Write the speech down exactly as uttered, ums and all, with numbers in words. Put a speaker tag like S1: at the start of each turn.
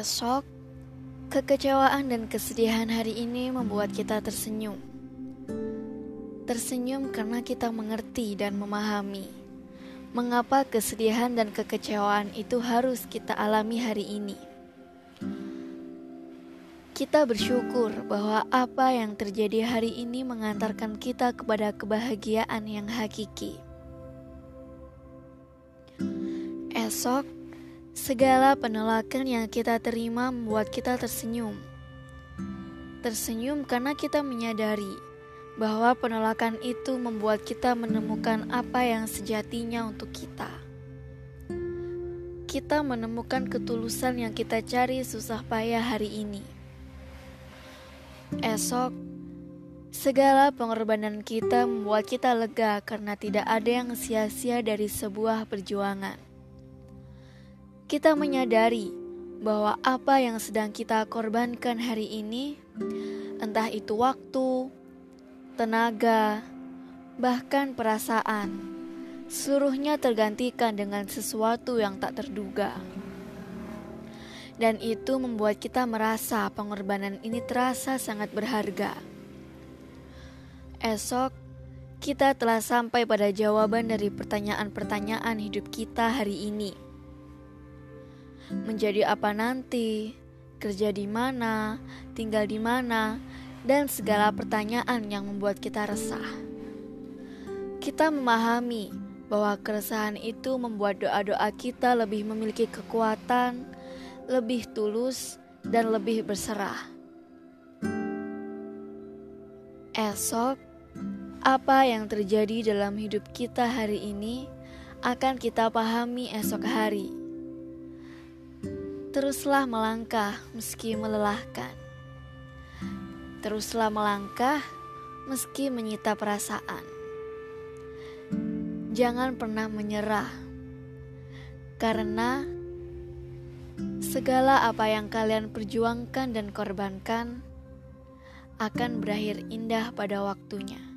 S1: Esok, kekecewaan dan kesedihan hari ini membuat kita tersenyum. Tersenyum karena kita mengerti dan memahami mengapa kesedihan dan kekecewaan itu harus kita alami hari ini. Kita bersyukur bahwa apa yang terjadi hari ini mengantarkan kita kepada kebahagiaan yang hakiki. Esok, segala penolakan yang kita terima membuat kita tersenyum. Tersenyum karena kita menyadari bahwa penolakan itu membuat kita menemukan apa yang sejatinya untuk kita. Kita menemukan ketulusan yang kita cari susah payah hari ini. Esok, segala pengorbanan kita membuat kita lega karena tidak ada yang sia-sia dari sebuah perjuangan. Kita menyadari bahwa apa yang sedang kita korbankan hari ini, entah itu waktu, tenaga, bahkan perasaan, seluruhnya tergantikan dengan sesuatu yang tak terduga. Dan itu membuat kita merasa pengorbanan ini terasa sangat berharga. Esok, kita telah sampai pada jawaban dari pertanyaan-pertanyaan hidup kita hari ini. Menjadi apa nanti, kerja di mana, tinggal di mana, dan segala pertanyaan yang membuat kita resah. Kita memahami bahwa keresahan itu membuat doa-doa kita lebih memiliki kekuatan, lebih tulus, dan lebih berserah. Esok, apa yang terjadi dalam hidup kita hari ini akan kita pahami esok hari. Teruslah melangkah meski melelahkan. Teruslah melangkah meski menyita perasaan. Jangan pernah menyerah, karena segala apa yang kalian perjuangkan dan korbankan akan berakhir indah pada waktunya.